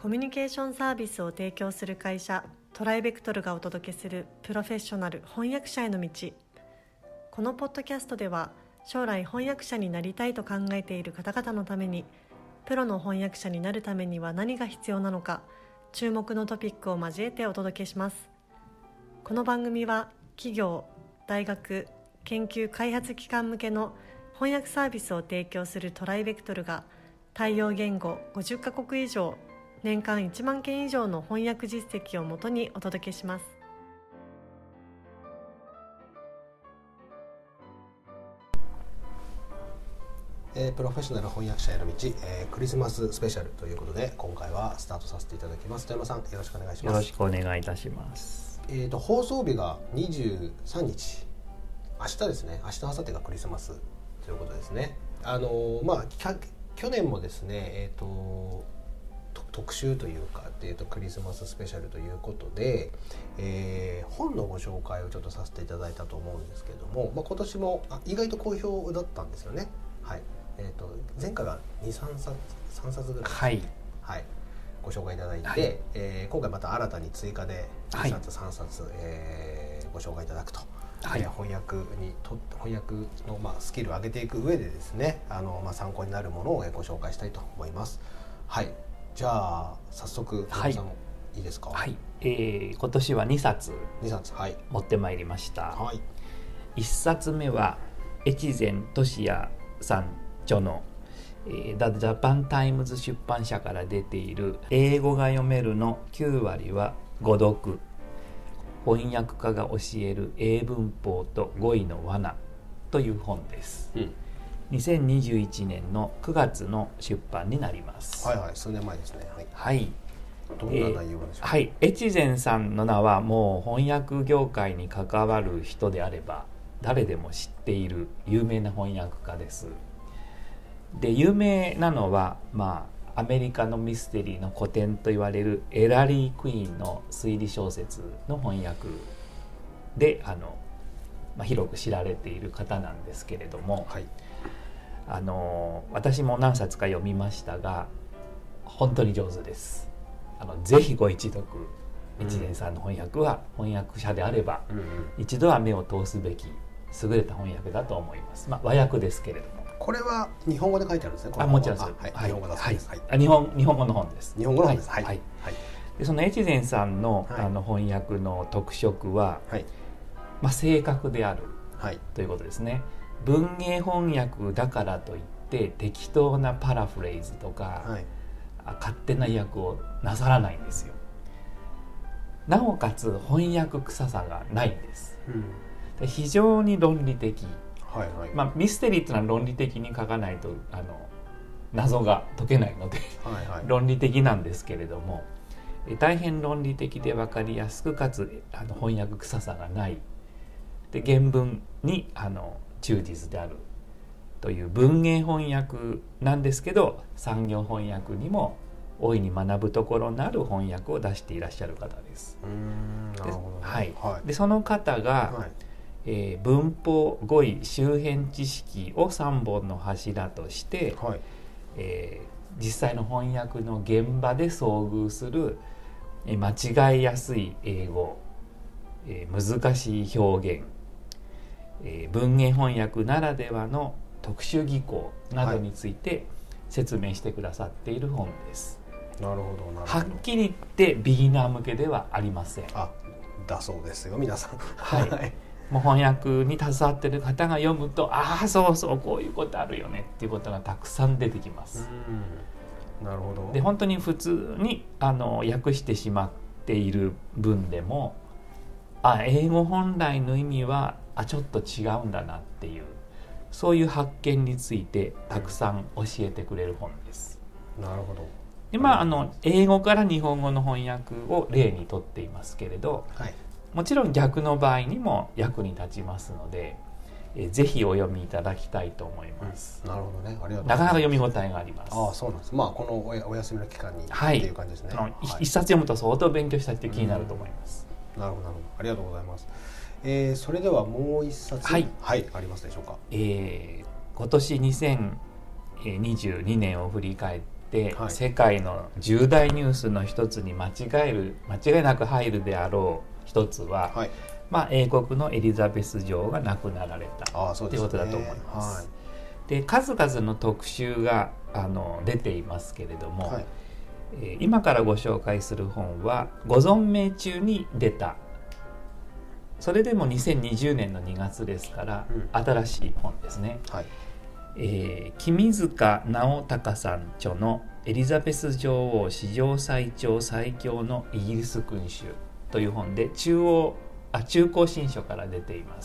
コミュニケーションサービスを提供する会社トライベクトルがお届けするプロフェッショナル翻訳者への道。このポッドキャストでは将来翻訳者になりたいと考えている方々のために、プロの翻訳者になるためには何が必要なのか、注目のトピックを交えてお届けします。この番組は企業、大学、研究開発機関向けの翻訳サービスを提供するトライベクトルが対応言語50カ国以上、年間1万件以上の翻訳実績をもとにお届けします。 プロフェッショナル翻訳者への道、クリスマススペシャルということで今回はスタートさせていただきます。富山さん、よろしくお願いします。 よろしくお願いいたします。 放送日が23日、明日ですね。明日明後日がクリスマスということですね。去年もですね、特集というか、クリスマススペシャルということで、本のご紹介をちょっとさせていただいたと思うんですけども、今年も意外と好評だったんですよね。はい。前回が3冊ぐらい、 はいはい、ご紹介いただいて、はい、今回また新たに追加で2冊、3冊、ご紹介いただくと、はい、翻訳の、スキルを上げていく上でですね、参考になるものをご紹介したいと思います。はい。じゃあ早速皆さんもいいですか。 はい。今年は2冊はい、 持ってまいりました。 はい、 1冊目は越前俊也さん著のThe Japan Times 出版社から出ている英語が読めるの9割は誤読、翻訳家が教える英文法と語彙の罠という本です。2021年の9月の出版になります。 はいはい、数年前ですね。はい、 はい、 どんな内容でしょうか。 はい、越前さんの名はもう翻訳業界に関わる人であれば誰でも知っている有名な翻訳家です。で、有名なのは、アメリカのミステリーの古典と言われるエラリー・クイーンの推理小説の翻訳で広く知られている方なんですけれども、 はい、 私も何冊か読みましたが本当に上手です。ぜひご一読、越前さんの翻訳は翻訳者であれば、一度は目を通すべき優れた翻訳だと思います。和訳ですけれども。 これは日本語で書いてあるんですね。 もちろんです。 日本語だそうです。 日本語の本です。 日本語の本です。はい。 はい。で、その越前さんの、翻訳の特色は、正確であるということですね。文芸翻訳だからといって適当なパラフレーズとか、勝手な訳をなさらないんですよ。なおかつ翻訳臭さがないんです。で、非常に論理的。ミステリーというのは論理的に書かないと謎が解けないので論理的なんですけれども、大変論理的で分かりやすく、かつ翻訳臭さがないで、原文に忠実であるという文芸翻訳なんですけど、産業翻訳にも大いに学ぶところのある翻訳を出していらっしゃる方です。 なるほど、 はい。で、その方が、文法、語彙、周辺知識を3本の柱として、実際の翻訳の現場で遭遇する間違いやすい英語、難しい表現、文芸翻訳ならではの特殊技巧などについて説明してくださっている本です。 なるほど。 はっきり言ってビギナー向けではありません。 だそうですよ、皆さん。 もう翻訳に携わっている方が読むと、そうそう、こういうことあるよねっていうことがたくさん出てきます。 なるほど。 で、本当に普通に訳してしまっている文でも、英語本来の意味はちょっと違うんだなっていう、そういう発見についてたくさん教えてくれる本です。 なるほど。 で、英語から日本語の翻訳を例にとっていますけれど、もちろん逆の場合にも役に立ちますので、ぜひお読みいただきたいと思います。 なるほどね。ありがとうございます。 なかなか読み応えがあります。 そうなんです。このお休みの期間にっていう感じですね。 一冊読むと相当勉強したって気になると思います。 なるほど。ありがとうございます。それではもう一冊、ありますでしょうか。 今年2022年を振り返って、世界の重大ニュースの一つに間違いなく入るであろう一つは、英国のエリザベス女王が亡くなられたということだと思います。で、数々の特集が出ていますけれども、今からご紹介する本はご存命中に出た、それでも2020年の2月ですから、新しい本ですね。君塚直隆さん著のエリザベス女王史上最長最強のイギリス君主という本で中高新書から出ています。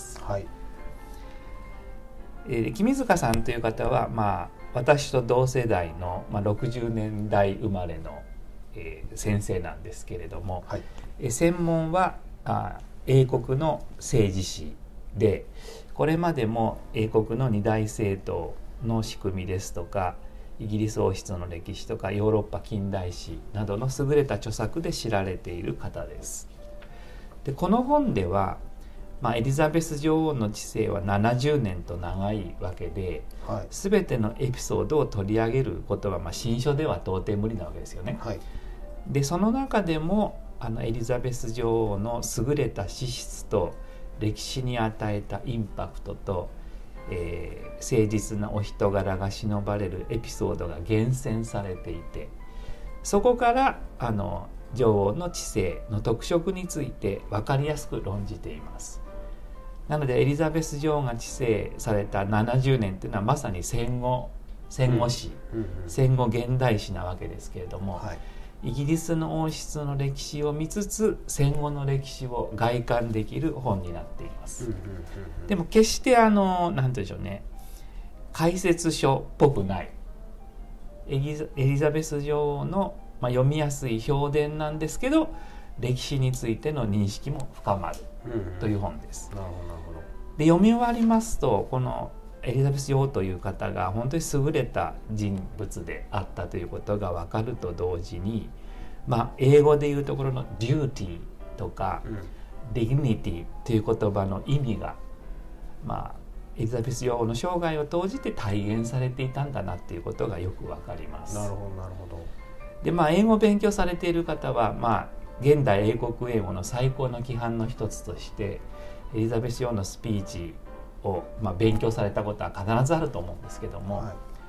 君塚さんという方は、私と同世代の、60年代生まれの、先生なんですけれども、専門は英国の政治史で、これまでも英国の二大政党の仕組みですとか、イギリス王室の歴史とかヨーロッパ近代史などの優れた著作で知られている方です。で、この本では、エリザベス女王の治世は70年と長いわけで、全てのエピソードを取り上げることは、新書では到底無理なわけですよね。で、その中でもエリザベス女王の優れた資質と歴史に与えたインパクトと、誠実なお人柄が忍ばれるエピソードが厳選されていて、そこから女王の治世の特色について分かりやすく論じています。なのでエリザベス女王が治世された70年というのはまさに戦後史、戦後現代史なわけですけれども、イギリスの王室の歴史を見つつ戦後の歴史を外観できる本になっています。でも決してなんて言うんでしょうね、解説書っぽくない、エリザベス女王の、読みやすい評伝なんですけど、歴史についての認識も深まるという本です。で、読み終わりますと、このエリザベス女王という方が本当に優れた人物であったということが分かると同時に、英語でいうところのデューティーとか、ディグニティという言葉の意味が、エリザベス女王の生涯を通じて体現されていたんだなっていうことがよく分かります。 なるほど。 で、英語を勉強されている方は、現代英国英語の最高の規範の一つとしてエリザベス女王のスピーチを、勉強されたことは必ずあると思うんですけども、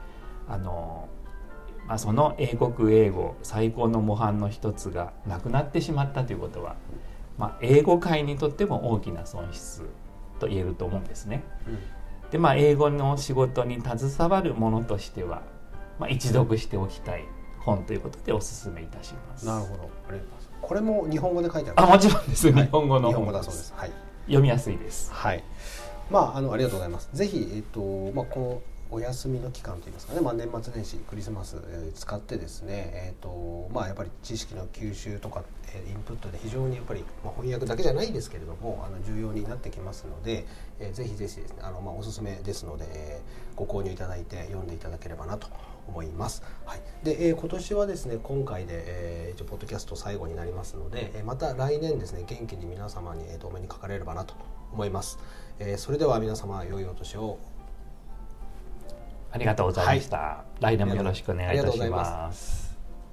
その英国英語最高の模範の一つがなくなってしまったということは、英語界にとっても大きな損失と言えると思うんですね。で、英語の仕事に携わるものとしては、一読しておきたい本ということでお勧めいたします。 なるほど、ありがとうございます。これも日本語で書いてある？ もちろんです。日本語の本だそうです。 読みやすいです。 ありがとうございます。ぜひこのお休みの期間といいますかね、年末年始クリスマス使ってですね、やっぱり知識の吸収とかインプットで非常にやっぱり翻訳だけじゃないですけれども重要になってきますので、ぜひですねおすすめですので、ご購入いただいて読んでいただければなと思います。で、今年はですね今回で、ポッドキャスト最後になりますので、また来年ですね元気に皆様にお目にかかれればなと思います。それでは皆様良いお年を。 ありがとうございました。来年もよろしくお願いいたします。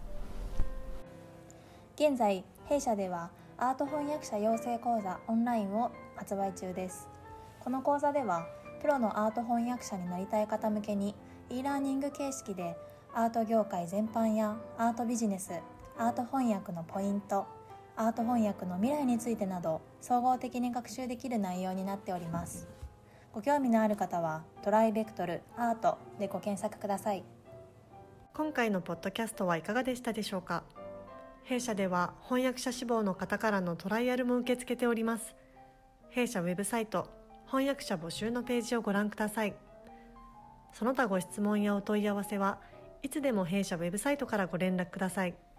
現在弊社ではアート翻訳者養成講座オンラインを発売中です。この講座ではプロのアート翻訳者になりたい方向けに e ラーニング形式でアート業界全般やアートビジネス、アート翻訳のポイント、アート翻訳の未来についてなど総合的に学習できる内容になっております。ご興味のある方はトライベクトルアートでご検索ください。 今回のポッドキャストはいかがでしたでしょうか。弊社では翻訳者志望の方からのトライアルも受け付けております。弊社ウェブサイト翻訳者募集のページをご覧ください。その他ご質問やお問い合わせはいつでも弊社ウェブサイトからご連絡ください。